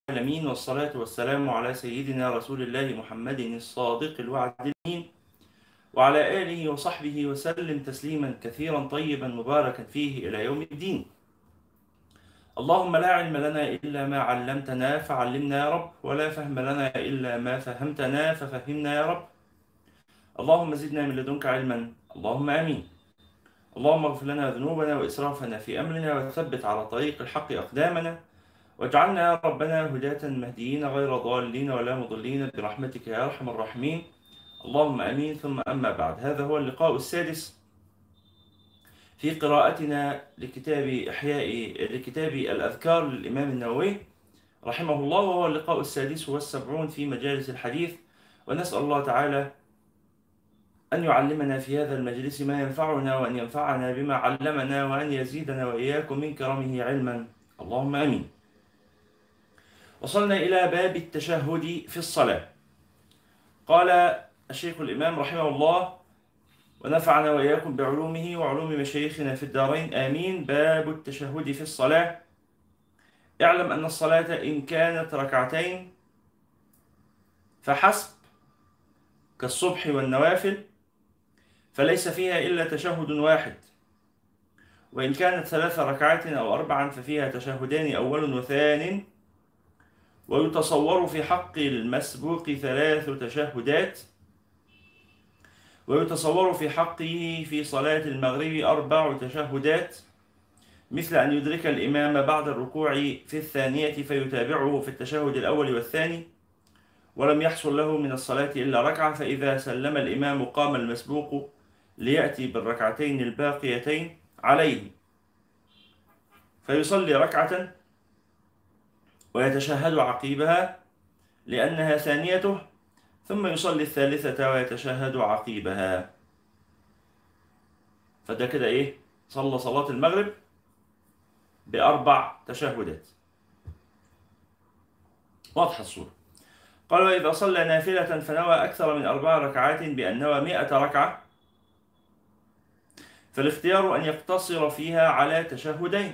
العالمين، والصلاة والسلام على سيدنا رسول الله محمد الصادق الوعد الأمين، وعلى آله وصحبه وسلم تسليما كثيرا طيبا مباركا فيه إلى يوم الدين. اللهم لا علم لنا إلا ما علمتنا فعلمنا يا رب، ولا فهم لنا إلا ما فهمتنا ففهمنا يا رب. اللهم زدنا من لدنك علما، اللهم آمين. اللهم اغفر لنا ذنوبنا وإسرافنا في أمرنا، وثبت على طريق الحق أقدامنا، واجعلنا يا ربنا هداة مهديين غير ضالين ولا مضلين برحمتك يا أرحم الراحمين. اللهم آمين. ثم أما بعد، هذا هو اللقاء السادس في قراءتنا لكتاب الأذكار للإمام النووي رحمه الله، وهو اللقاء السادس والسبعون في مجالس الحديث. ونسأل الله تعالى أن يعلمنا في هذا المجلس ما ينفعنا، وأن ينفعنا بما علمنا، وأن يزيدنا وإياكم من كرمه علما، اللهم آمين. وصلنا إلى باب التشهد في الصلاة. قال الشيخ الإمام رحمه الله ونفعنا وإياكم بعلومه وعلوم مشايخنا في الدارين آمين. باب التشهد في الصلاة. اعلم أن الصلاة إن كانت ركعتين فحسب كالصبح والنوافل فليس فيها إلا تشهد واحد، وإن كانت 3 ركعات أو 4 ففيها تشهدان أول وثان، ويتصور في حق المسبوق 3 تشهدات، ويتصور في حقه في صلاة المغرب 4 تشهدات، مثل أن يدرك الإمام بعد الركوع في الثانية فيتابعه في التشهد الأول والثاني، ولم يحصل له من الصلاة إلا ركعة، فإذا سلم الإمام قام المسبوق ليأتي بالركعتين الباقيتين عليه، فيصلي ركعة ويتشهد عقيبها لأنها ثانيته، ثم يصلي الثالثة ويتشهد عقيبها. فده كده إيه؟ صلى صلاة المغرب ب4 تشهدات. واضحة الصورة. قال: وإذا صلى نافلة فنوى أكثر من 4 ركعات بأن نوى 100 ركعة، فالاختيار أن يقتصر فيها على تشهدين،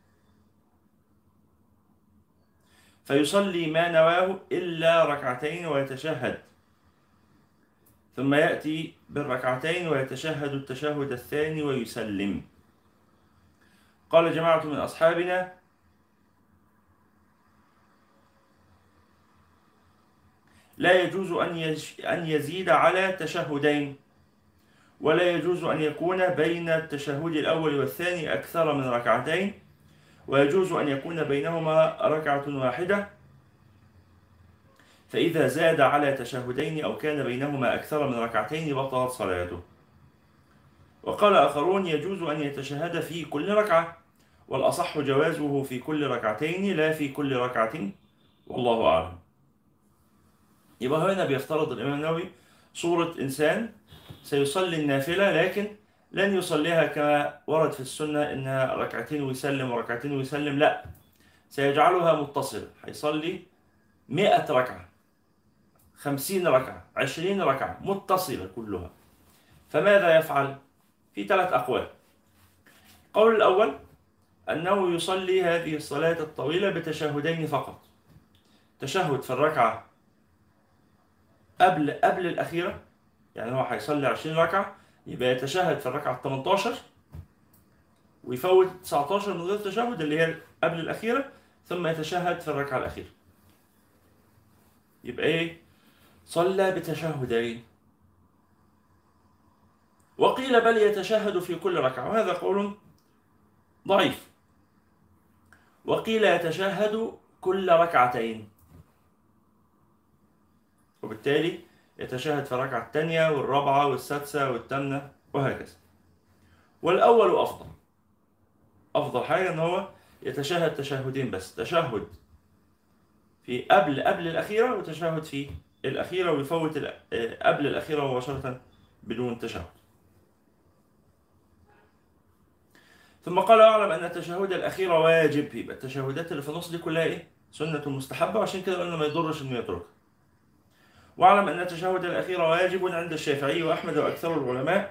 فيصلي ما نواه إلا ركعتين ويتشهد، ثم يأتي بالركعتين ويتشهد التشهد الثاني ويسلم. قال جماعة من أصحابنا: لا يجوز أن يزيد على تشهدين، ولا يجوز أن يكون بين التشهد الأول والثاني أكثر من ركعتين، ويجوز أن يكون بينهما ركعة واحدة، فإذا زاد على تشهدين أو كان بينهما أكثر من ركعتين بطلت صلاته. وقال آخرون: يجوز أن يتشهد في كل ركعة، والأصح جوازه في كل ركعتين لا في كل ركعة، والله أعلم. يبقى هنا بيفترض الإمام النووي صورة إنسان سيصلي النافلة، لكن لن يصليها كما ورد في السنة إنها ركعتين ويسلم وركعتين ويسلم، لا، سيجعلها متصلة، هيصلي 100 ركعة، 50 ركعة، 20 ركعة متصلة كلها. فماذا يفعل؟ في 3 أقوال. القول الأول أنه يصلي هذه الصلاة الطويلة بتشهدين فقط، تشهد في الركعة قبل الأخيرة، يعني هو هيصلي 20 ركعة، يبقى يتشهد في الركعة 18 ويفوت 19 من غير تشهد اللي هي قبل الأخيرة، ثم يتشهد في الركعة الأخيرة. يبقى إيه؟ صلى بتشهدين. وقيل بل يتشهد في كل ركعة، وهذا قول ضعيف. وقيل يتشهد كل ركعتين، وبالتالي يتشهد في الركعة الثانية والرابعة والسادسة والثامنة وهكذا. والأول أفضل، أفضل حاجة إن هو يتشهد تشهدين بس، تشهد في قبل الأخيرة، وتشهد في الأخيرة، ويفوت قبل الأخيرة مباشرة بدون تشهد. ثم قال: أعلم أن التشهد الأخير واجب. يبقى التشهدات اللي في النص دي كلها إيه؟ سنة مستحبة، وعشان كده قلنا ما يضرش إنه يتركها. واعلم أن التشهد الأخير واجب عند الشافعي وأحمد وأكثر العلماء.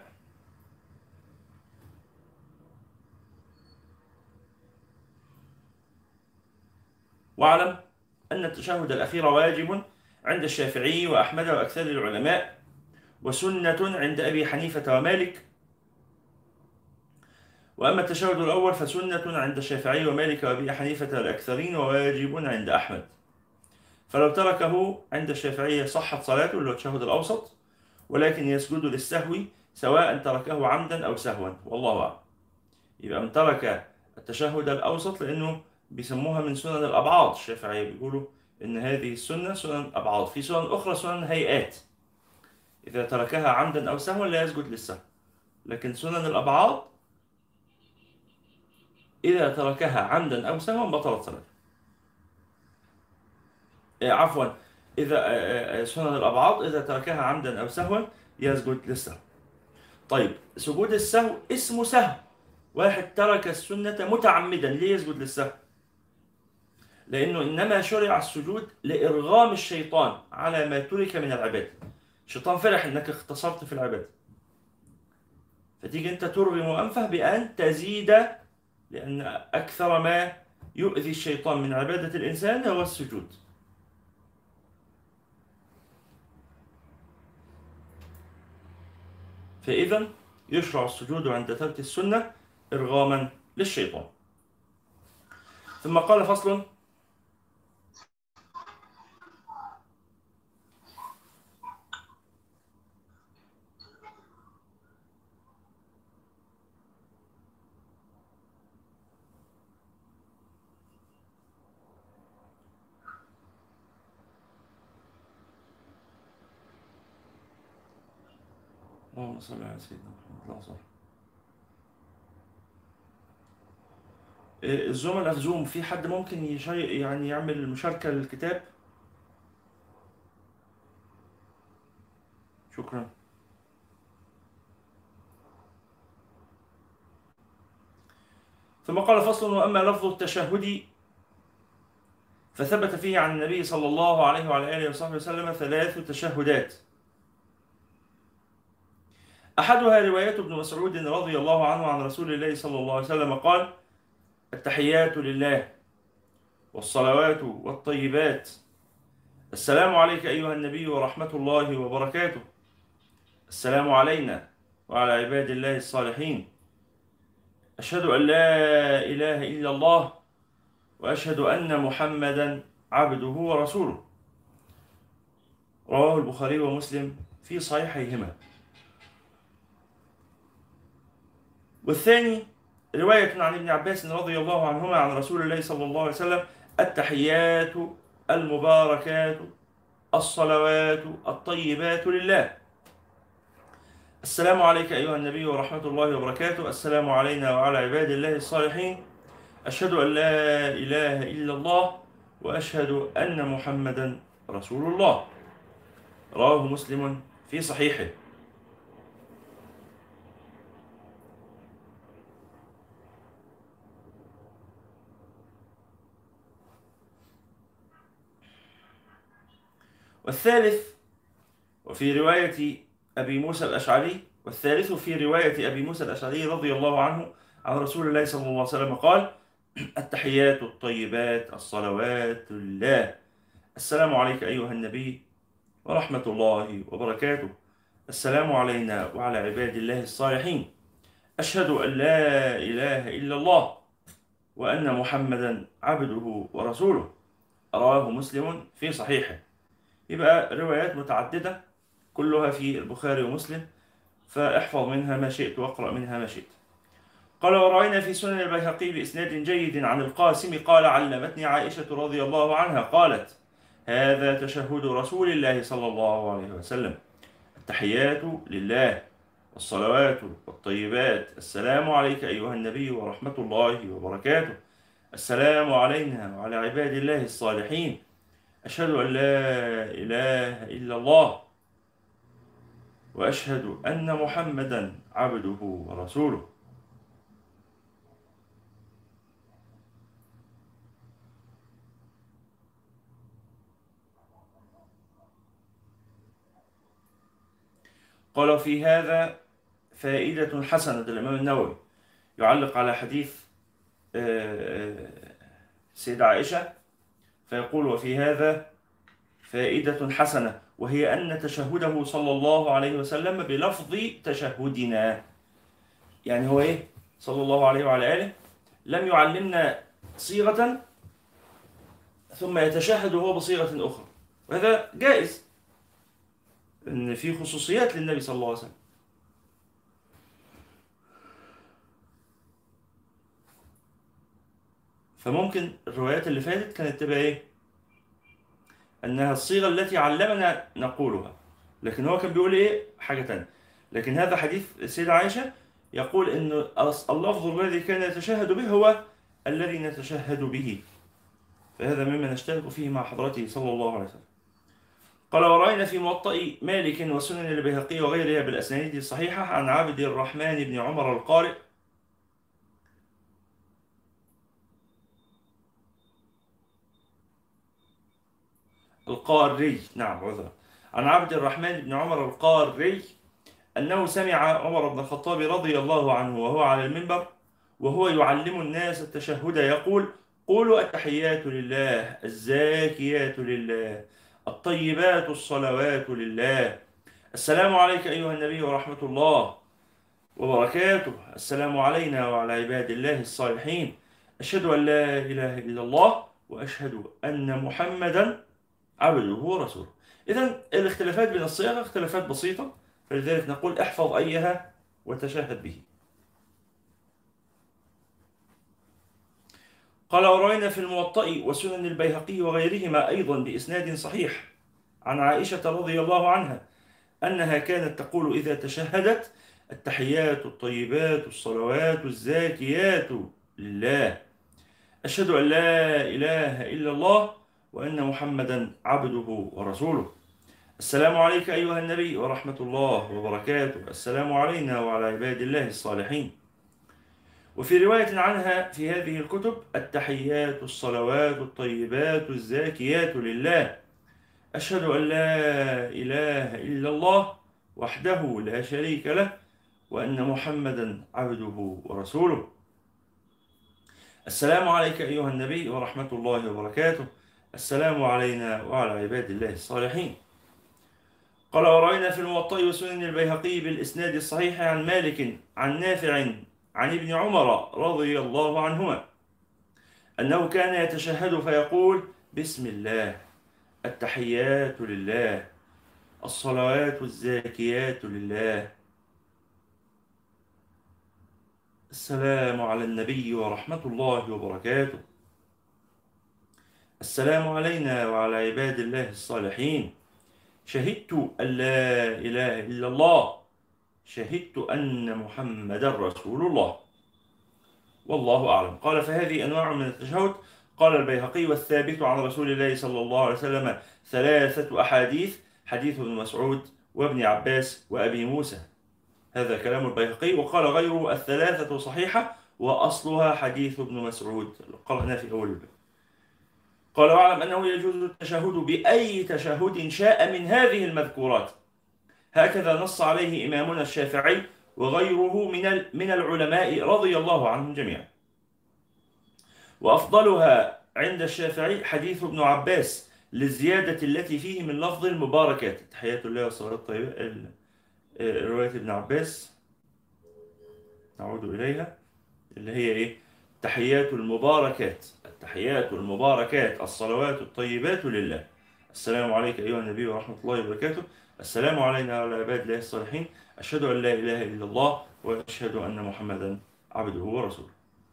واعلم أن التشهد الأخير واجب عند الشافعي وأحمد وأكثر العلماء، وسنة عند أبي حنيفة ومالك. وأما التشهد الأول فسنة عند الشافعي ومالك وأبي حنيفة والأكثرين، وواجب عند أحمد. فلو تركه عند الشافعية صحت صلاته، اللي هو التشهد الأوسط، ولكن يسجد للسهو سواء تركه عمدا أو سهوا، والله أعلم. يبقى من ترك التشهد الأوسط، لأنه بيسموها من سنن الأبعاض، الشافعية بيقولوا إن هذه السنة سنن أبعاض، في سنن أخرى سنن هيئات، إذا تركها عمدا أو سهوا لا يسجد للسهو. لكن سنن الأبعاض إذا تركها عمدا أو سهوا بطلت صلاته. عفوا، إذا سنن الأبعاض إذا تركها عمدا أو سهوا يسجد للسهو. طيب، سجود السهو اسمه سهو. واحد ترك السنة متعمدا، ليه يسجد للسهو؟ لأنه إنما شرع السجود لإرغام الشيطان على ما ترك من العبادة. الشيطان فرح إنك اختصرت في العبادة، فتيجي أنت ترغم أنفه بأن تزيد، لأن أكثر ما يؤذي الشيطان من عبادة الإنسان هو السجود. فإذا يشرع السجود عند ترك السنة إرغاما للشيطان. ثم قال فصل: اللهم صل على سيدنا محمد. الزملاء في زوم، في حد ممكن يعني يعمل مشاركة للكتاب؟ شكرا. ثم قال فصل: وأما لفظ التشهد فثبت فيه عن النبي صلى الله عليه وعلى آله وصحبه وسلم 3 تشهدات. أحدها رواية ابن مسعود رضي الله عنه عن رسول الله صلى الله عليه وسلم قال: التحيات لله والصلوات والطيبات، السلام عليك أيها النبي ورحمة الله وبركاته، السلام علينا وعلى عباد الله الصالحين، أشهد أن لا إله إلا الله وأشهد أن محمدا عبده ورسوله. رواه البخاري ومسلم في صحيحيهما. والثاني رواية عن ابن عباس رضي الله عنهما عن رسول الله صلى الله عليه وسلم: التحيات المباركات الصلوات الطيبات لله، السلام عليك أيها النبي ورحمة الله وبركاته، السلام علينا وعلى عباد الله الصالحين، أشهد أن لا إله إلا الله وأشهد أن محمدا رسول الله. رواه مسلم في صحيحه. والثالث وفي رواية أبي موسى الأشعري والثالث في رواية أبي موسى الأشعري رضي الله عنه عن رسول الله صلى الله عليه وسلم قال: التحيات الطيبات الصلوات لله، السلام عليك أيها النبي ورحمة الله وبركاته، السلام علينا وعلى عباد الله الصالحين، أشهد أن لا إله إلا الله وأن محمدا عبده ورسوله. رواه مسلم في صحيحه. يبقى روايات متعددة كلها في البخاري ومسلم، فاحفظ منها ما شئت واقرأ منها ما شئت. قال: ورأينا في سنن البيهقي بإسناد جيد عن القاسم قال: علمتني عائشة رضي الله عنها قالت: هذا تشهد رسول الله صلى الله عليه وسلم: التحيات لله والصلوات والطيبات، السلام عليك أيها النبي ورحمة الله وبركاته، السلام علينا وعلى عباد الله الصالحين، أشهد أن لا إله إلا الله وأشهد أن محمدا عبده ورسوله. قال: في هذا فائدة حسنة. الإمام النووي يعلق على حديث السيدة عائشة فيقول: وفي هذا فائدة حسنة، وهي أن تشهده صلى الله عليه وسلم بلفظ تشهدنا. يعني هو إيه صلى الله عليه وعلى آله لم يعلمنا صيغة ثم يتشهد هو بصيغة أخرى، وهذا جائز، إن في خصوصيات للنبي صلى الله عليه وسلم. فممكن الروايات اللي فاتت كانت تبقى إيه؟ أنها الصيغة التي علمنا نقولها، لكن هو كان بيقول إيه حاجة تانية. لكن هذا حديث السيدة عائشة يقول إن اللفظ الذي كان يتشهد به هو الذي نتشهد به، فهذا مما نشترك فيه مع حضرته صلى الله عليه وسلم. قال: ورأينا في موطأ مالك وسنن البيهقي وغيرها بالأسانيد الصحيحة عن عبد الرحمن بن عمر القاري، نعم عذرا، عن عبد الرحمن بن عمر القاري أنه سمع عمر بن الخطاب رضي الله عنه وهو على المنبر وهو يعلم الناس التشهد يقول: قولوا التحيات لله، الزاكيات لله، الطيبات الصلوات لله، السلام عليك أيها النبي ورحمة الله وبركاته، السلام علينا وعلى عباد الله الصالحين، أشهد أن لا إله إلا الله وأشهد أن محمدا عبده ورسوله. إذن الاختلافات بين الصيغ اختلافات بسيطة، فلذلك نقول احفظ أيها وتشهد به. قال: وروينا في الموطأ وسنن البيهقي وغيرهما أيضا بإسناد صحيح عن عائشة رضي الله عنها أنها كانت تقول إذا تشهدت: التحيات الطيبات الصلوات الزاكيات لله، أشهد أن لا إله إلا الله وأن محمدا عبده ورسوله، السلام عليك أيها النبي ورحمة الله وبركاته، السلام علينا وعلى عباد الله الصالحين. وفي رواية عنها في هذه الكتب: التحيات الصلوات الطيبات الزاكيات لله، أشهد أن لا إله إلا الله وحده لا شريك له وأن محمدا عبده ورسوله، السلام عليك أيها النبي ورحمة الله وبركاته، السلام علينا وعلى عباد الله الصالحين. قال: ورأينا في الموطأ وسنن البيهقي بالإسناد الصحيح عن مالك عن نافع عن ابن عمر رضي الله عنهما أنه كان يتشهد فيقول: بسم الله، التحيات لله، الصلوات الزاكيات لله، السلام على النبي ورحمة الله وبركاته، السلام علينا وعلى عباد الله الصالحين، شهدت أن لا إله إلا الله، شهدت أن محمدا رسول الله، والله أعلم. قال: فهذه أنواع من التشهد. قال البيهقي: والثابت عن رسول الله صلى الله عليه وسلم 3 أحاديث: حديث ابن مسعود وابن عباس وأبي موسى. هذا كلام البيهقي. وقال غيره: 3 صحيحة وأصلها حديث ابن مسعود، قرأنا في أول الباب. قال: واعلم أنه يجوز التشهد بأي تشهد شاء من هذه المذكورات، هكذا نص عليه إمامنا الشافعي وغيره من العلماء رضي الله عنهم جميعا. وأفضلها عند الشافعي حديث ابن عباس للزيادة التي فيه من لفظ المباركات، تحيات الله والصلاة الطيبة. رواية ابن عباس نعود إليها، اللي هي إيه؟ تحيات المباركات، التحيات المباركات الصلوات الطيبات لله، السلام عليك أيها النبي ورحمة الله وبركاته، السلام علينا وعلى عباد الله الصالحين، أشهد أن لا إله إلا الله وأشهد أن محمدا عبده ورسوله.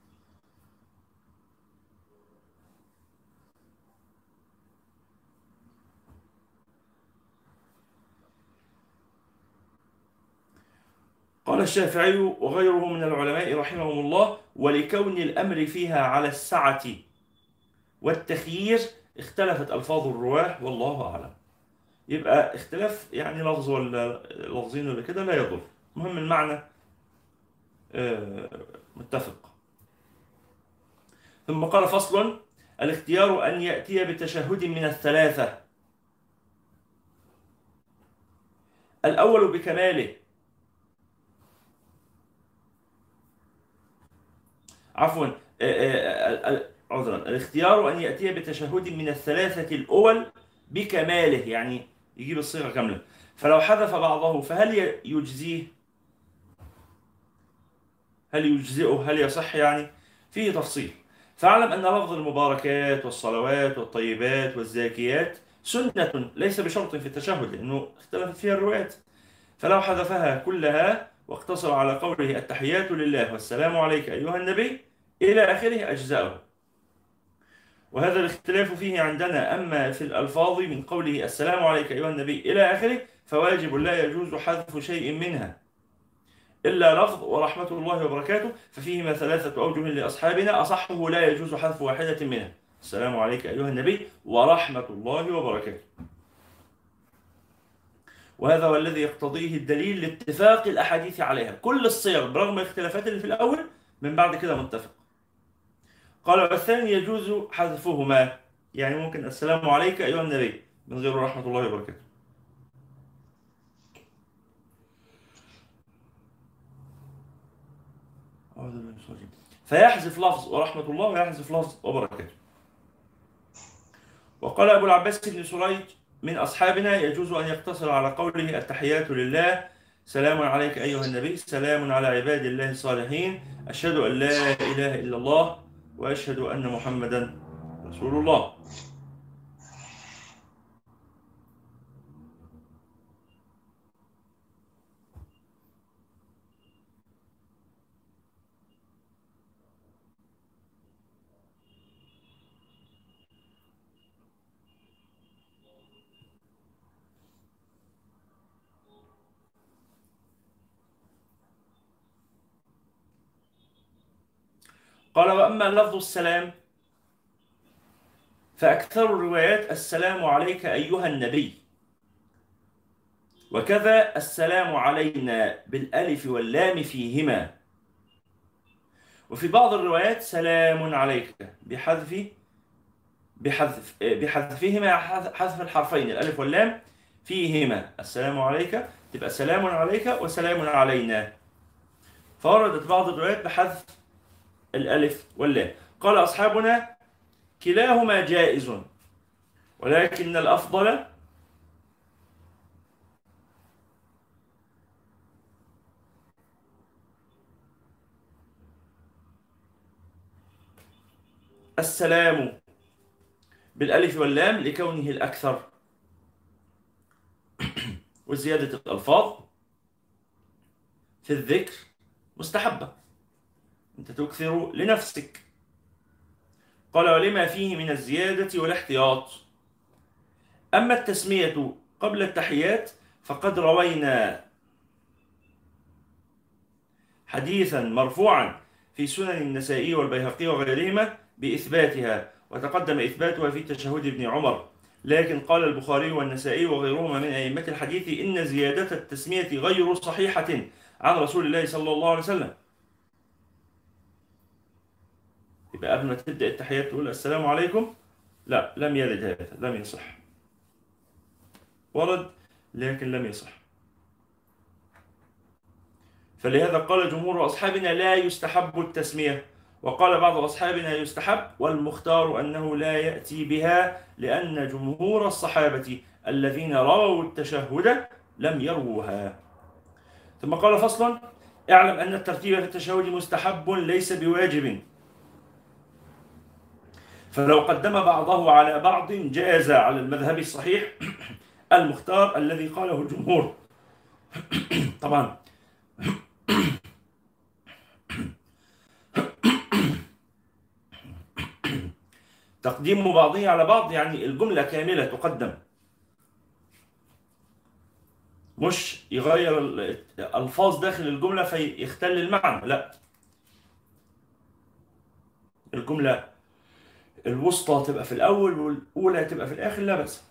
قال الشافعي وغيره من العلماء رحمهم الله: ولكون الأمر فيها على السعة والتخيير اختلفت ألفاظ الرواه والله أعلم. يبقى اختلاف يعني لفظ ولا لفظين ولا كده لا يضر، المهم المعنى آه، متفق. ثم قال: فصل: الاختيار أن يأتي بتشهد من 3: الأول بكماله، عفوا، عذرا، الاختيار أن يأتي بتشهد من الثلاثة الأول بكماله، يعني يجيب الصيغة كاملة. فلو حذف بعضه فهل يجزيه؟ هل يجزئه؟ هل يصح يعني؟ فيه تفصيل. فاعلم أن لفظ المباركات والصلوات والطيبات والزاكيات سنة ليس بشرط في التشهد، لأنه اختلفت فيها الروايات. فلو حذفها كلها واقتصر على قوله التحيات لله والسلام عليك أيها النبي إلى آخره أجزأه. وهذا الاختلاف فيه عندنا. أما في الألفاظ من قوله السلام عليك أيها النبي إلى آخره فواجب لا يجوز حذف شيء منها إلا لفظ ورحمة الله وبركاته، ففيهما ثلاثة أوجه لأصحابنا، أصحه لا يجوز حذف واحدة منها، السلام عليك أيها النبي ورحمة الله وبركاته. وهذا هو الذي يقتضيه الدليل لاتفاق الأحاديث عليها، كل الصيغ برغم الاختلافات اللي في الأول من بعد كده متفق. قال والثاني يجوز حذفهما، يعني ممكن السلام عليك أيها النبي من غير رحمة الله وبركاته. فيحذف لفظ ورحمة الله ويحذف لفظ وبركاته. وقال أبو العباس بن سريج من أصحابنا يجوز أن يقتصر على قوله التحيات لله سلام عليك أيها النبي سلام على عباد الله الصالحين أشهد أن لا إله إلا الله وأشهد أن محمدا رسول الله. قال وأما لفظ السلام فأكثر الروايات السلام عليك أيها النبي، وكذا السلام علينا بالألف واللام فيهما، وفي بعض الروايات سلام عليك بحذفهما حذف الحرفين الألف واللام فيهما، السلام عليك تبقى سلام عليك وسلام علينا. فوردت بعض الروايات بحذف الألف واللام. قال أصحابنا كلاهما جائز، ولكن الأفضل السلام بالألف واللام لكونه الأكثر، وزيادة الألفاظ في الذكر مستحبة، أنت تكثر لنفسك. قال ولما فيه من الزيادة والاحتياط. أما التسمية قبل التحيات فقد روينا حديثا مرفوعا في سنن النسائي والبيهقي وغيرهما بإثباتها، وتقدم إثباتها في تشهد ابن عمر، لكن قال البخاري والنسائي وغيرهما من أئمة الحديث إن زيادة التسمية غير صحيحة عن رسول الله صلى الله عليه وسلم. يبقى قبل ما تبدأ التحيات تقول السلام عليكم؟ لا، لم يرد هذا، لم يصح. ورد لكن لم يصح. فلهذا قال جمهور أصحابنا لا يستحب التسمية، وقال بعض أصحابنا يستحب، والمختار أنه لا يأتي بها لأن جمهور الصحابة الذين رووا التشهد لم يروها. ثم قال فصلا اعلم أن الترتيب في التشهد مستحب ليس بواجب، فلو قدم بعضه على بعض جاز على المذهب الصحيح المختار الذي قاله الجمهور. طبعا تقديم بعضه على بعض يعني الجملة كاملة تقدم، مش يغير الألفاظ داخل الجملة فيختل المعنى، لا، الجملة الوسطى تبقى في الأول والأولى تبقى في الآخر، لا بأس.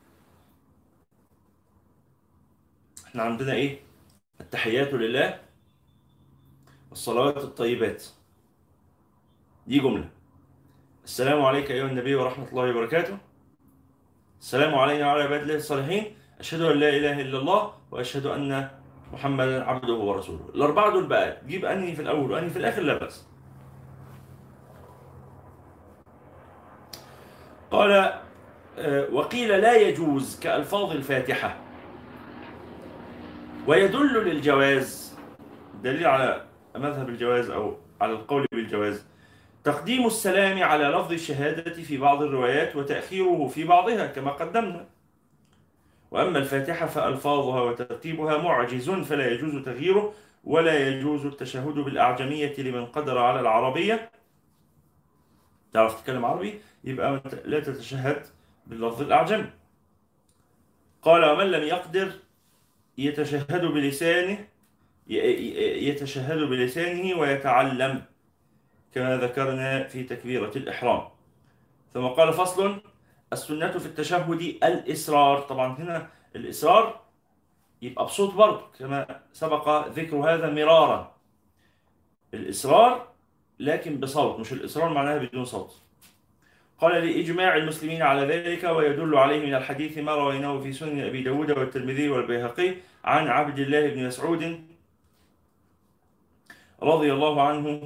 احنا عندنا ايه؟ التحيات لله والصلوات الطيبات، دي جملة. السلام عليك أيها النبي ورحمة الله وبركاته، السلام علينا وعلى عباد الله الصالحين، أشهد أن لا إله إلا الله وأشهد أن محمدا عبده ورسوله. الأربعة دول بقى تجيب أنهي في الأول وأنهي في الآخر، لا بأس. قال وقيل لا يجوز كألفاظ الفاتحة. ويدل للجواز، دليل على مذهب الجواز أو على القول بالجواز، تقديم السلام على لفظ الشهادة في بعض الروايات وتأخيره في بعضها كما قدمنا. وأما الفاتحة فألفاظها وترتيبها معجز فلا يجوز تغييره، ولا يجوز التشهد بالأعجمية لمن قدر على العربية. تعرف تتكلم عربي يبقى لا تتشهد باللفظ الأعجمي. قال ومن لم يقدر يتشهد بلسانه، يتشهد بلسانه ويتعلم كما ذكرنا في تكبيرة الإحرام. ثم قال فصل: السنة في التشهد الإسرار. طبعا هنا الإسرار يبقى بصوت برضه كما سبق ذكر هذا مرارا. الإسرار لكن بصوت، مش الإسرار معناها بدون صوت. قال لإجماع المسلمين على ذلك، ويدل عليه من الحديث ما رويناه في سنن أبي داود والترمذي والبيهقي عن عبد الله بن مسعود رضي الله عنه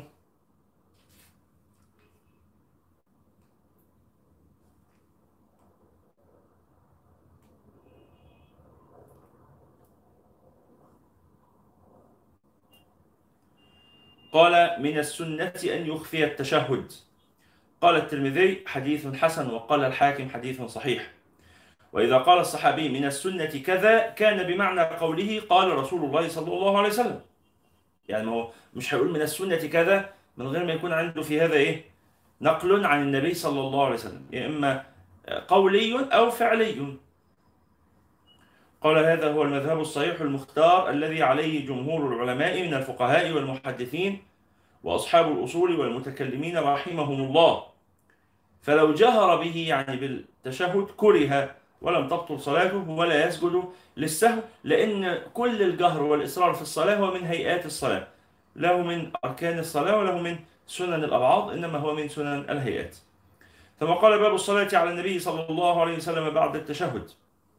قال: من السنة أن يخفي التشهد. قال الترمذي: حديث حسن. وقال الحاكم: حديث صحيح. وإذا قال الصحابي من السنة كذا كان بمعنى قوله قال رسول الله صلى الله عليه وسلم. يعني هو مش هيقول من السنة كذا من غير ما يكون عنده في هذا إيه؟ نقل عن النبي صلى الله عليه وسلم، يا إما قولي أو فعلي. قال: هذا هو المذهب الصحيح المختار الذي عليه جمهور العلماء من الفقهاء والمحدثين وأصحاب الأصول والمتكلمين رحمهم الله. فلو جهر به يعني بالتشهد كره ولم تبطل صلاته ولا يسجد للسهو، لأن كل الجهر والإصرار في الصلاة هو من هيئات الصلاة، له من أركان الصلاة وله من سنن الأبعاد، إنما هو من سنن الهيئات. ثم قال: باب الصلاة على النبي صلى الله عليه وسلم بعد التشهد.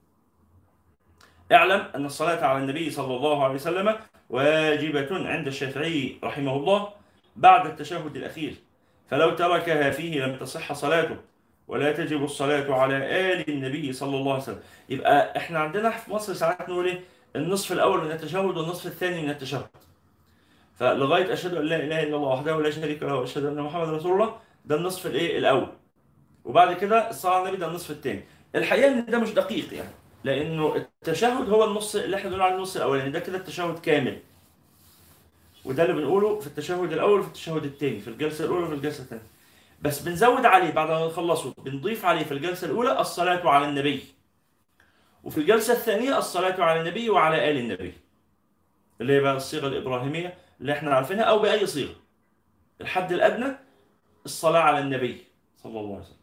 اعلم أن الصلاة على النبي صلى الله عليه وسلم واجبة عند الشافعي رحمه الله بعد التشهد الأخير، فلو تركها فيه لم تصح صلاته، ولا تجب الصلاة على آل النبي صلى الله عليه وسلم. يبقى احنا عندنا في مصر ساعات نقول ايه؟ النصف الأول من التشهد والنصف الثاني من التشهد. فلغاية أشهد أن لا إله إلا الله وحده لا شريك له وأشهد أن محمد رسول الله، ده النصف الإيه الأول. وبعد كده الصلاة على النبي، ده النصف الثاني. الحقيقة إن ده مش دقيق يعني، لأنه التشهد هو النص اللي احنا بنقول عليه النص الأولاني، ده كده التشهد كامل. وده اللي بنقوله في التشهد الأول وفي التشهد الثاني، في الجلسة الأولى وفي الجلسة الثانية. بس بنزود عليه بعد ما نخلصه، بنضيف عليه في الجلسة الأولى الصلاة على النبي، وفي الجلسة الثانية الصلاة على النبي وعلى آل النبي، اللي هي بقى الصيغة الإبراهيمية اللي احنا عارفينها، أو بأي صيغة. الحد الأدنى الصلاة على النبي صلى الله عليه وسلم.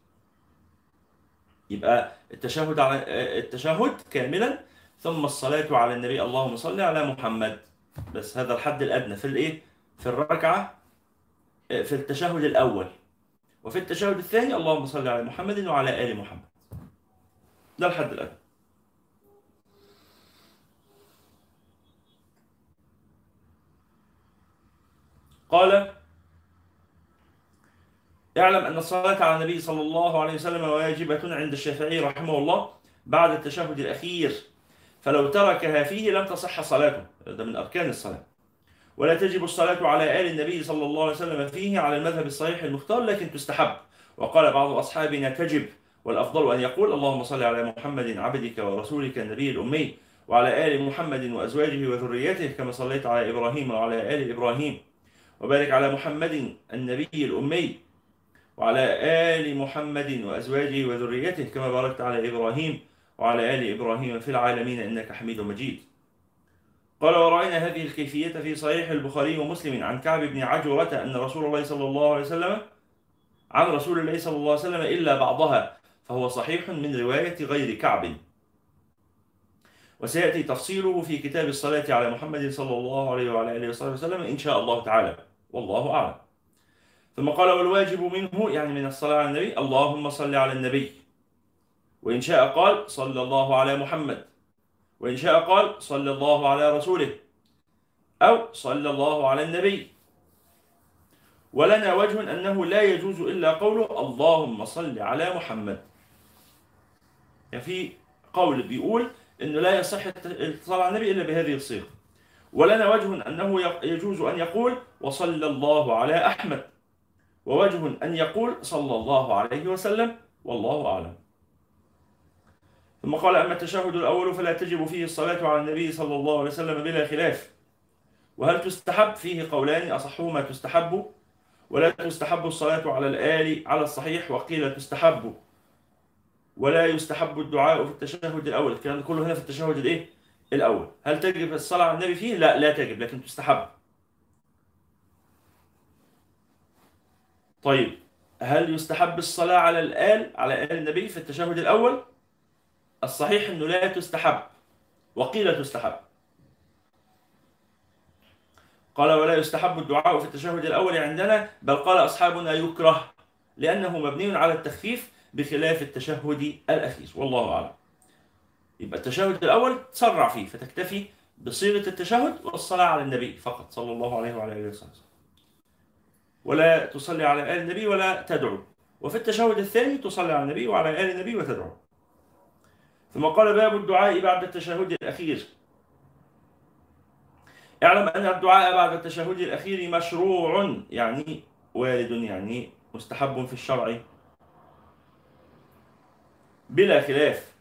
يبقى التشهد كاملا، ثم الصلاة على النبي، اللهم صل على محمد. بس هذا الحد الأدنى في الإيه؟ في الركعة، في التشهد الأول. وفي التشهد الثاني اللهم صل على محمد وعلى آل محمد. ده الحد الأدنى. قال: اعلم أن الصلاة على النبي صلى الله عليه وسلم واجبة عند الشافعي رحمه الله بعد التشهد الأخير، فلو تركها فيه لم تصح صلاته، ده من أركان الصلاة. ولا تجب الصلاة على آل النبي صلى الله عليه وسلم فيه على المذهب الصحيح المختار، لكن تستحب. وقال بعض أصحابنا تجب، والأفضل أن يقول اللهم صل على محمد عبدك ورسولك النبي الأمي وعلى آل محمد وأزواجه وذريته كما صليت على إبراهيم وعلى آل إبراهيم، وبارك على محمد النبي الأمي وعلى آل محمد وأزواجه وذريته كما باركت على إبراهيم وعلى آل إبراهيم في العالمين إنك حميد مجيد. قال: ورأينا هذه الكيفية في صحيح البخاري ومسلم عن كعب بن عجرة أن رسول الله صلى الله عليه وسلم عن رسول الله صلى الله عليه وسلم إلا بعضها، فهو صحيح من رواية غير كعب. وسيأتي تفصيله في كتاب الصلاة على محمد صلى الله عليه وعلى آله وصحبه وسلم إن شاء الله تعالى، والله أعلم. ثم قال: والواجب منه يعني من الصلاة على النبي اللهم صل على النبي، وإن شاء قال صلى الله على محمد، وإن شاء قال صلى الله على رسوله، أو صلى الله على النبي. ولنا وجه أنه لا يجوز إلا قوله اللهم صل على محمد، يعني في قول بيقول إنه لا يصح الاتصال على النبي إلا بهذه الصيغة. ولنا وجه أنه يجوز أن يقول وصلى الله على أحمد، ووجه أن يقول صلى الله عليه وسلم، والله أعلم. ثم قال: أما التشهد الأول فلا تجب فيه الصلاة على النبي صلى الله عليه وسلم بلا خلاف. وهل تستحب؟ فيه قولان، أصحهما تستحب ولا تستحب الصلاة على الآل على الصحيح، وقيل تستحب ولا يستحب الدعاء في التشهد الأول. الكلام ده كله هنا في التشهد الإيه؟ الأول. هل تجب الصلاة على النبي فيه؟ لا، لا تجب، لكن تستحب. طيب، هل يستحب الصلاة على على آل النبي في التشهد الأول؟ الصحيح أنه لا تستحب، وقيل تستحب. قال: ولا يستحب الدعاء في التشهد الأول عندنا، بل قال أصحابنا يكره، لأنه مبني على التخفيف بخلاف التشهد الأخير، والله أعلم. يبقى التشهد الأول تسرع فيه، فتكتفي بصيغة التشهد والصلاة على النبي فقط صلى الله عليه وعلى آله وسلم، ولا تصلي على آل النبي ولا تدعو. وفي التشهد الثاني تصلي على النبي وعلى آل النبي وتدعو. ثم قال: باب الدعاء بعد التشهد الأخير. اعلم أن الدعاء بعد التشهد الأخير مشروع، يعني وارد، يعني مستحب في الشرع بلا خلاف.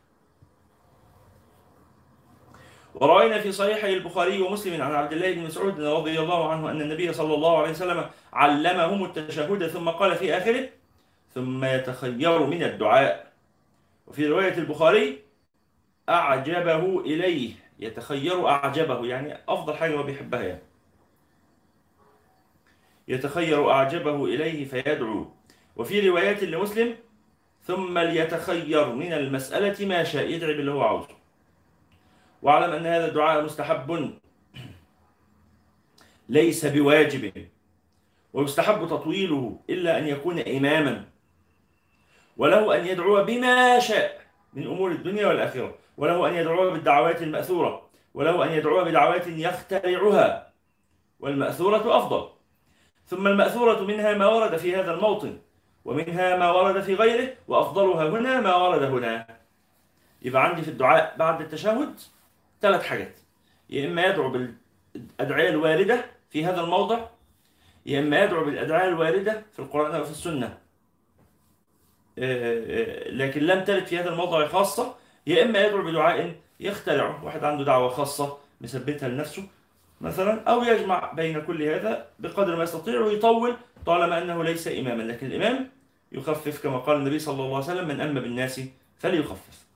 ورأينا في صحيحي البخاري ومسلم عن عبد الله بن مسعود رضي الله عنه أن النبي صلى الله عليه وسلم علمهم التشهد، ثم قال في آخره: ثم يتخير من الدعاء. وفي رواية البخاري: أعجبه إليه. يتخير أعجبه يعني أفضل حاجة هو بيحبها، يعني يتخير أعجبه إليه فيدعو. وفي روايات لمسلم: ثم ليتخير من المسألة ما شاء، يدعي باللي هو عاوزه. واعلم أن هذا الدعاء مستحب ليس بواجب، ويستحب تطويله إلا أن يكون إماما، وله أن يدعو بما شاء من أمور الدنيا والآخرة، وله أن يدعو بالدعوات المأثورة، وله أن يدعو بدعوات يخترعها، والمأثورة أفضل. ثم المأثورة منها ما ورد في هذا الموطن، ومنها ما ورد في غيره، وأفضلها هنا ما ورد هنا. يبقى عندي في الدعاء بعد التشهد 3 حاجات: يا إما يدعو بالأدعية الواردة في هذا الموضع، يا إما يدعو بالأدعية الواردة في القرآن أو في السنة لكن لم ترد في هذا الموضع خاصة، يا إما يدعو بدعاء يخترعه، واحد عنده دعوة خاصة مثبتها لنفسه مثلا، أو يجمع بين كل هذا بقدر ما يستطيع ويطول طالما أنه ليس إماما. لكن الإمام يخفف، كما قال النبي صلى الله عليه وسلم: من أم بالناس فليخفف.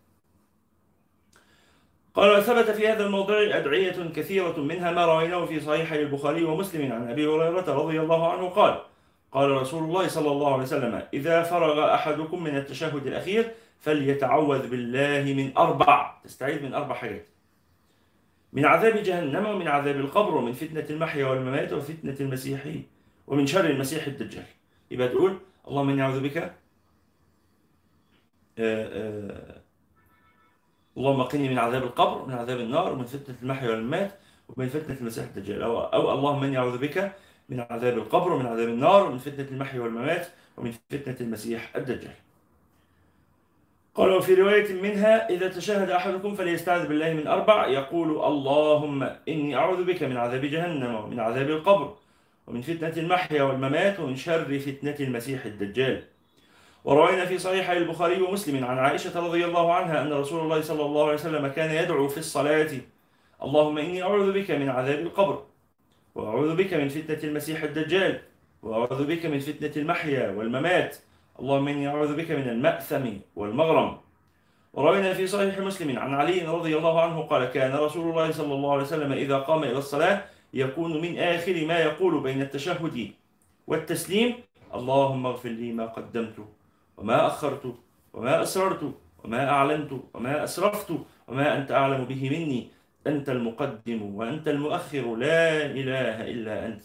قال: وثبت في هذا الموضوع أدعية كثيرة، منها ما رويناه في صحيحي البخاري ومسلم عن أبي هريرة رضي الله عنه قال: قال رسول الله صلى الله عليه وسلم: إذا فرغ أحدكم من التشهد الأخير فليتعوذ بالله من 4، تستعيذ من 4 حاجات: من عذاب جهنم، ومن عذاب القبر، ومن فتنة المحيا والممات، وفتنة المسيح، ومن شر المسيح الدجال. يبقى تقول: اللهم إني أعوذ بك اللهم قني من عذاب القبر، من عذاب النار، ومن فتنة المحيا والممات، ومن فتنة المسيح الدجال. أو اللهم إني أعوذ بك من عذاب القبر، ومن عذاب النار، ومن فتنة المحيا والممات، ومن فتنة المسيح الدجال. قال: وفي رواية منها: إذا تشهد أحدكم فليستعذ بالله من 4، يقول: اللهم إني أعوذ بك من عذاب جهنم، ومن عذاب القبر، ومن فتنة المحيا والممات، ومن شر فتنة المسيح الدجال. وروينا في صحيح البخاري ومسلم عن عائشة رضي الله عنها أن رسول الله صلى الله عليه وسلم كان يدعو في الصلاة: اللهم إني أعوذ بك من عذاب القبر، وأعوذ بك من فتنة المسيح الدجال، وأعوذ بك من فتنة المحيا والممات، اللهم إني أعوذ بك من المأثم والمغرم. وروينا في صحيح مسلم عن علي رضي الله عنه قال: كان رسول الله صلى الله عليه وسلم إذا قام إلى الصلاة يكون من آخر ما يقول بين التشهد والتسليم: اللهم اغفر لي ما قدمت وما أخرت وما أسررت وما أعلنت وما أسرفت وما أنت أعلم به مني، أنت المقدم وأنت المؤخر، لا إله إلا أنت.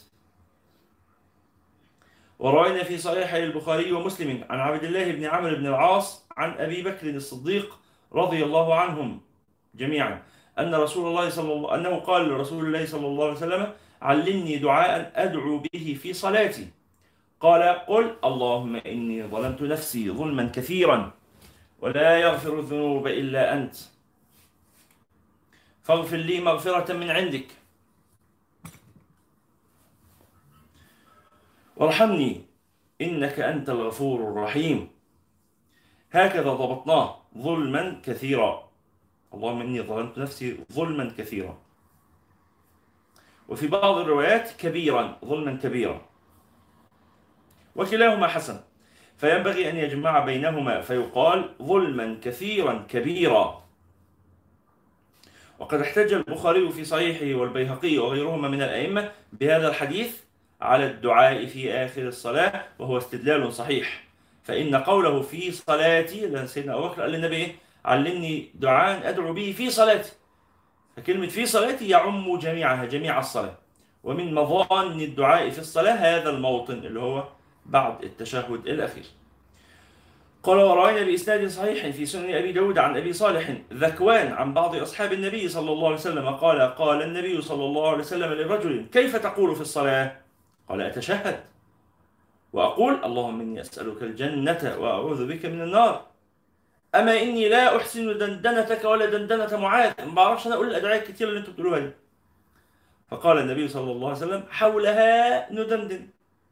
ورأينا في صحيح البخاري ومسلم عن عبد الله بن عمرو بن العاص عن أبي بكر الصديق رضي الله عنهم جميعا أنه قال لرسول الله صلى الله عليه وسلم: علمني دعاء أدعو به في صلاتي. قال: قل: اللهم إني ظلمت نفسي ظلما كثيرا، ولا يغفر الذنوب إلا أنت، فاغفر لي مغفرة من عندك، وارحمني إنك أنت الغفور الرحيم. هكذا ضبطناه ظلما كثيرا. اللهم إني ظلمت نفسي ظلما كثيرا. وفي بعض الروايات كبيرا، ظلما كبيرا، وكلاهما حسن، فينبغي أن يجمع بينهما فيقال ظلما كثيرا كبيرا. وقد احتج البخاري في صحيحه والبيهقي وغيرهما من الأئمة بهذا الحديث على الدعاء في آخر الصلاة، وهو استدلال صحيح. فإن قوله في صلاتي، لأن سيدنا أبو بكر قال للنبي إيه؟ علمني دعاء أدعو به في صلاتي. فكلمة في صلاتي يعم جميعها، جميع الصلاة. ومن مظان الدعاء في الصلاة هذا الموطن اللي هو بعد التشهد الأخير. قال وروينا بإسناد صحيح في سنن أبي داود عن أبي صالح ذكوان عن بعض أصحاب النبي صلى الله عليه وسلم قال قال النبي صلى الله عليه وسلم لرجل كيف تقول في الصلاة؟ قال أتشهد وأقول اللهم إني أسألك الجنة وأعوذ بك من النار، أما إني لا أحسن دندنتك ولا دندنة معاذ، ما بعرفش أنا أقول الأدعية الكتير اللي أنتم بتقولوها دي. فقال النبي صلى الله عليه وسلم حولها ندندن،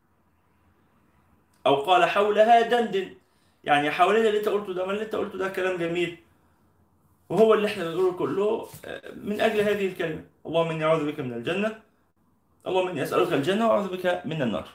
أو قال حولها دندن، يعني حوالين اللي أنت قلته ده، ما اللي أنت قلته ده كلام جميل، وهو اللي احنا بنقوله كله من أجل هذه الكلمة، اللهم إني أعوذ بك من الجنة، اللهم إني أسألك الجنة وأعوذ بك من النار.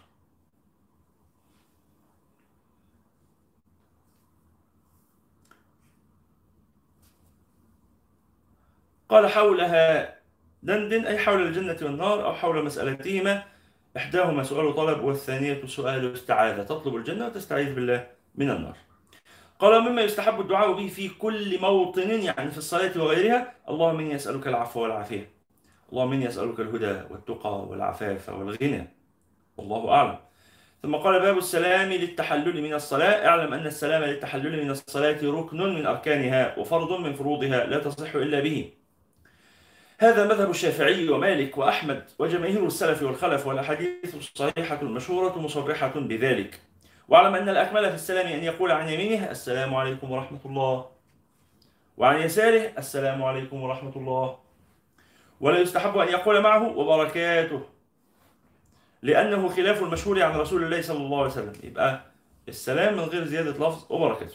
قال حولها دندن أي حول الجنة والنار، أو حول مسألتهما، إحداهما سؤال طلب والثانية سؤال استعاذة، تطلب الجنة وتستعيذ بالله من النار. قال مما يستحب الدعاء به في كل موطن، يعني في الصلاة وغيرها، اللهم إني أسألك العفو والعافية، اللهم إني أسألك الهدى والتقى والعفاف والغنى، والله أعلم. ثم قال باب السلام للتحلل من الصلاة. اعلم أن السلام للتحلل من الصلاة ركن من أركانها وفرض من فروضها لا تصح إلا به. هذا مذهب الشافعي ومالك وأحمد وجماهير السلف والخلف، والأحاديث الصحيحة المشهورة مصرحة بذلك. واعلم أن الأكمل في السلام أن يقول عن يمينه السلام عليكم ورحمة الله، وعن يساره السلام عليكم ورحمة الله، ولا يستحب أن يقول معه وبركاته، لأنه خلاف المشهور عن رسول الله صلى الله عليه وسلم. يبقى السلام من غير زيادة لفظ وبركاته.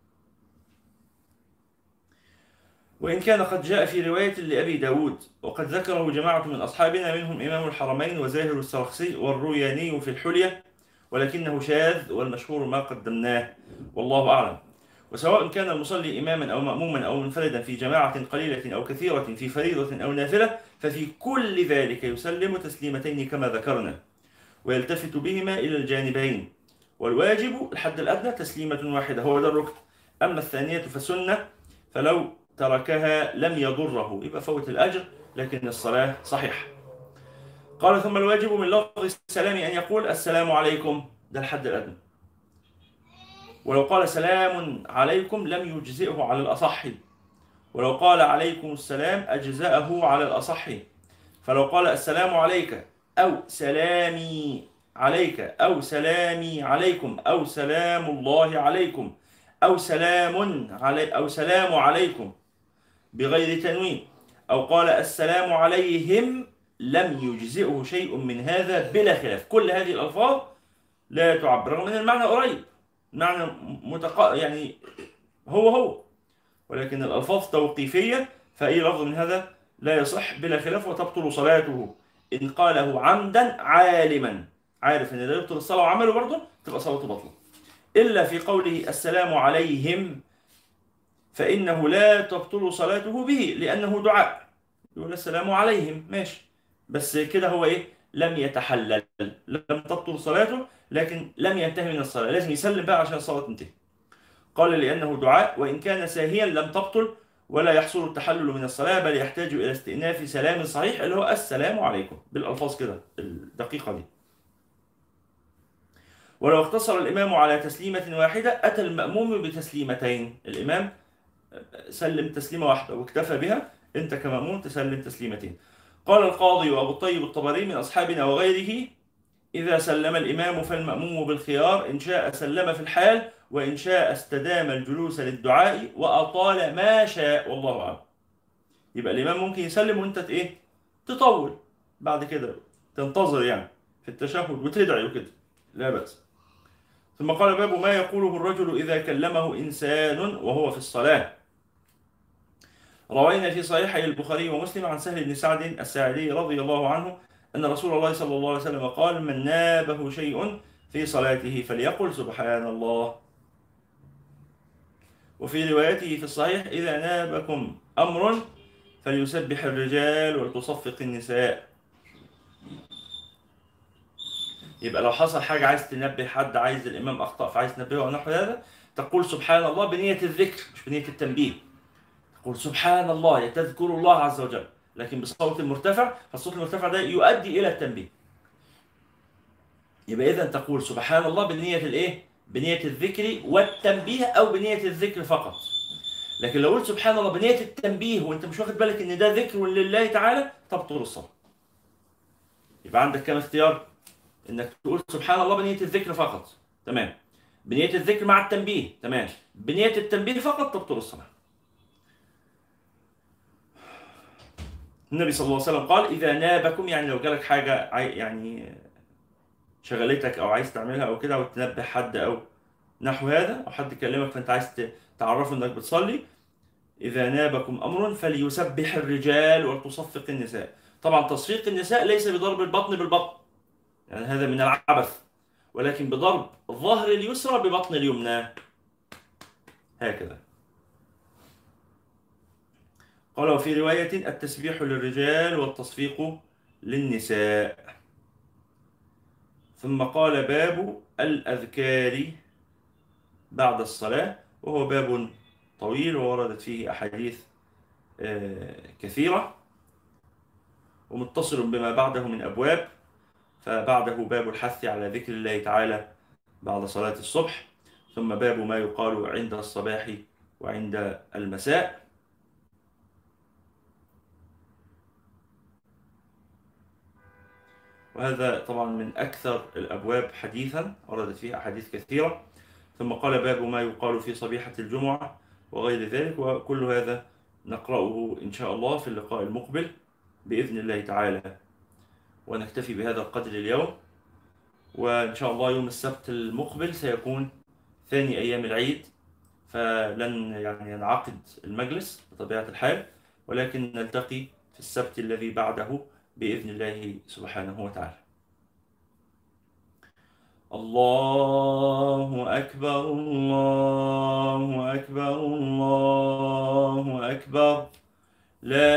وإن كان قد جاء في رواية لأبي داود وقد ذكره جماعة من أصحابنا منهم إمام الحرمين وزاهر السرخسي والروياني في الحلية، ولكنه شاذ والمشهور ما قدمناه، والله أعلم. وسواء كان المصلي إماما أو مأموما أو منفردا في جماعة قليلة أو كثيرة، في فريضة أو نافلة، ففي كل ذلك يسلم تسليمتين كما ذكرنا، ويلتفت بهما إلى الجانبين. والواجب الحد الأدنى تسليمة واحدة، هو ده الركن. أما الثانية فسنة، فلو تركها لم يضره، يبقى فوت الأجر لكن الصلاة صحيحة. قال ثم الواجب من لفظ السلام أن يقول السلام عليكم، ده الحد الأدنى. ولو قال سلام عليكم لم يجزئه على الأصح، ولو قال عليكم السلام أجزأه على الأصح. فلو قال السلام عليك أو سلامي عليك أو سلامي عليكم أو سلام الله عليكم أو سلام عليكم بغير تنوين، أو قال السلام عليهم، لم يجزئه شيء من هذا بلا خلاف. كل هذه الألفاظ لا تعبر، رغم أن المعنى قريب، المعنى يعني هو، ولكن الألفاظ توقيفية، فأي لفظ من هذا لا يصح بلا خلاف وتبطل صلاته إن قاله عمدا عالما، عارف إن لا يبطل الصلاة وعمله برضه تبقى صلاته بطلة. إلا في قوله السلام عليهم فإنه لا تبطل صلاته به، لأنه دعاء، يقول السلام عليهم ماشي، بس كده هو إيه؟ لم يتحلل، لم تبطل صلاته، لكن لم ينتهي من الصلاة، لازم يسلم بقى عشان الصلاة تنتهي. قال لأنه دعاء، وإن كان ساهيا لم تبطل ولا يحصل التحلل من الصلاة، بل يحتاج إلى استئناف سلام صحيح اللي هو السلام عليكم بالألفاظ كده الدقيقة دي. ولو اقتصر الإمام على تسليمة واحدة أتى المأموم بتسليمتين. الإمام سلم تسليمة واحدة واكتفى بها، أنت كمأموم تسلم تسليمتين. قال القاضي وأبو الطيب الطبري من أصحابنا وغيره إذا سلم الإمام فالمأموم بالخيار، إن شاء سلم في الحال، وإن شاء استدام الجلوس للدعاء وأطال ما شاء، والله أعلم. يبقى الإمام ممكن يسلم وأنت إيه؟ تطول بعد كده، تنتظر يعني في التشهد وتدعي وكده، لا بأس. ثم قال: باب ما يقوله الرجل إذا كلمه إنسان وهو في الصلاة. روينا في صحيحي البخاري ومسلم عن سهل بن سعد الساعدي رضي الله عنه أن رسول الله صلى الله عليه وسلم قال: من نابه شيء في صلاته فليقل سبحان الله. وفي روايته في الصحيح: إذا نابكم أمر فليسبح الرجال ولتصفق النساء. يبقى لو حصل حاجة عايز تنبه حد، عايز الإمام أخطأ فعايز تنبهه أو نحو هذا، تقول سبحان الله بنية الذكر مش بنية التنبيه. تقول سبحان الله تذكر الله عز وجل، لكن بصوت مرتفع، فالصوت المرتفع ده يؤدي إلى التنبيه. يبقى إذا تقول سبحان الله بنية الإيه؟ بنية الذكر والتنبيه، أو بنية الذكر فقط. لكن لو قلت سبحان الله بنية التنبيه وأنت مش واخد بالك إن ده ذكر لله تعالى، تبطل الصلاة. يبقى عندك كام اختيار؟ إنك تقول سبحان الله بنية الذكر فقط، تمام. بنية الذكر مع التنبيه، تمام. بنية التنبيه فقط، تبطل الصلاة. النبي صلى الله عليه وسلم قال: إذا نابكم، يعني لو جالك حاجة يعني شغلتك أو عايز تعملها أو كده، أو تنبه حد أو نحو هذا، أو حد يكلمك فأنت عايز تعرفه إنك بتصلي. إذا نابكم أمر فليسبح الرجال ولتصفق النساء. طبعا تصفيق النساء ليس بضرب البطن بالبطن، يعني هذا من العبث، ولكن بضرب ظهر اليسرى ببطن اليمنى، هكذا. قال: وفي رواية: التسبيح للرجال والتصفيق للنساء. ثم قال: باب الأذكار بعد الصلاة، وهو باب طويل ووردت فيه أحاديث كثيرة، ومتصل بما بعده من أبواب. فبعده باب الحث على ذكر الله تعالى بعد صلاة الصبح، ثم باب ما يقال عند الصباح وعند المساء. وهذا طبعا من أكثر الأبواب حديثا، وردت فيها أحاديث كثيرة. ثم قال: باب ما يقال في صبيحة الجمعة وغير ذلك. وكل هذا نقرأه إن شاء الله في اللقاء المقبل بإذن الله تعالى. ونكتفي بهذا القدر اليوم، وإن شاء الله يوم السبت المقبل سيكون ثاني أيام العيد، فلن يعني ينعقد المجلس بطبيعة الحال، ولكن نلتقي في السبت الذي بعده بإذن الله سبحانه وتعالى. الله أكبر، الله أكبر، الله أكبر، لا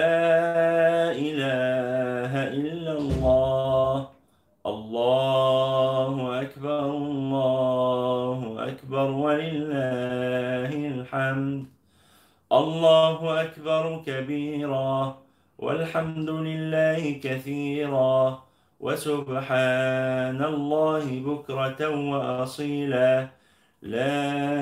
إله إلا الله. الله أكبر، الله أكبر، ولله الحمد. الله أكبر كبيرا، والحمد لله كثيرا، وسبحان الله بكرة وأصيلا. لا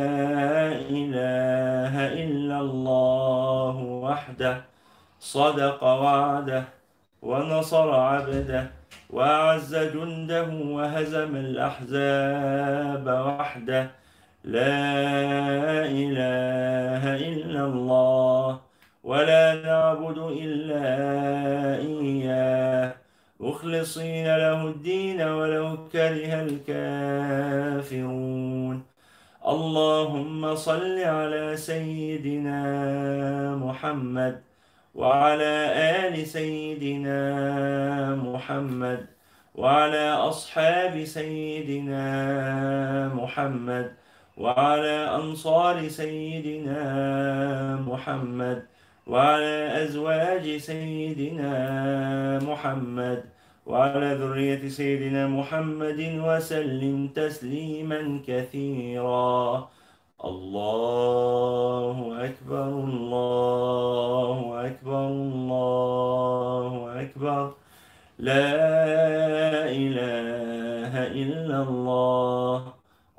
إله إلا الله وحده، صدق وعده، ونصر عبده، وأعز جنده، وهزم الأحزاب وحده. لا إله إلا الله، ولا نعبد إلا إياه، مخلصين له الدين ولو كره الكافرون. اللهم صل على سيدنا محمد وعلى آل سيدنا محمد وعلى أصحاب سيدنا محمد وعلى أنصار سيدنا محمد وعلى أزواج سيدنا محمد وعلى ذرية سيدنا محمد وسلم تسليما كثيرا. الله أكبر، الله أكبر، الله أكبر، لا إله إلا الله.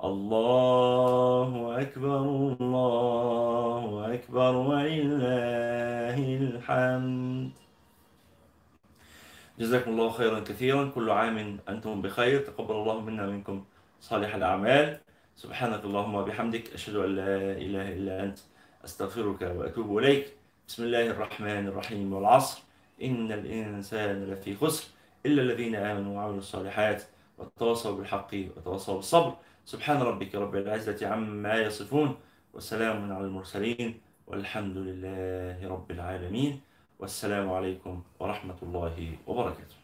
الله أكبر، الله أكبر، ولله الحمد. جزاكم الله خيرا كثيرا، كل عام أنتم بخير، تقبل الله منا ومنكم صالح الأعمال. سبحانك اللهم وبحمدك، أشهد أن لا إله إلا أنت، أستغفرك وأتوب إليك. بسم الله الرحمن الرحيم، والعصر إن الإنسان لفي خسر إلا الذين آمنوا وعملوا الصالحات وتواصوا بالحق وتواصوا بالصبر. سبحان ربك رب العزة عما يصفون، وسلام على المرسلين، والحمد لله رب العالمين. والسلام عليكم ورحمة الله وبركاته.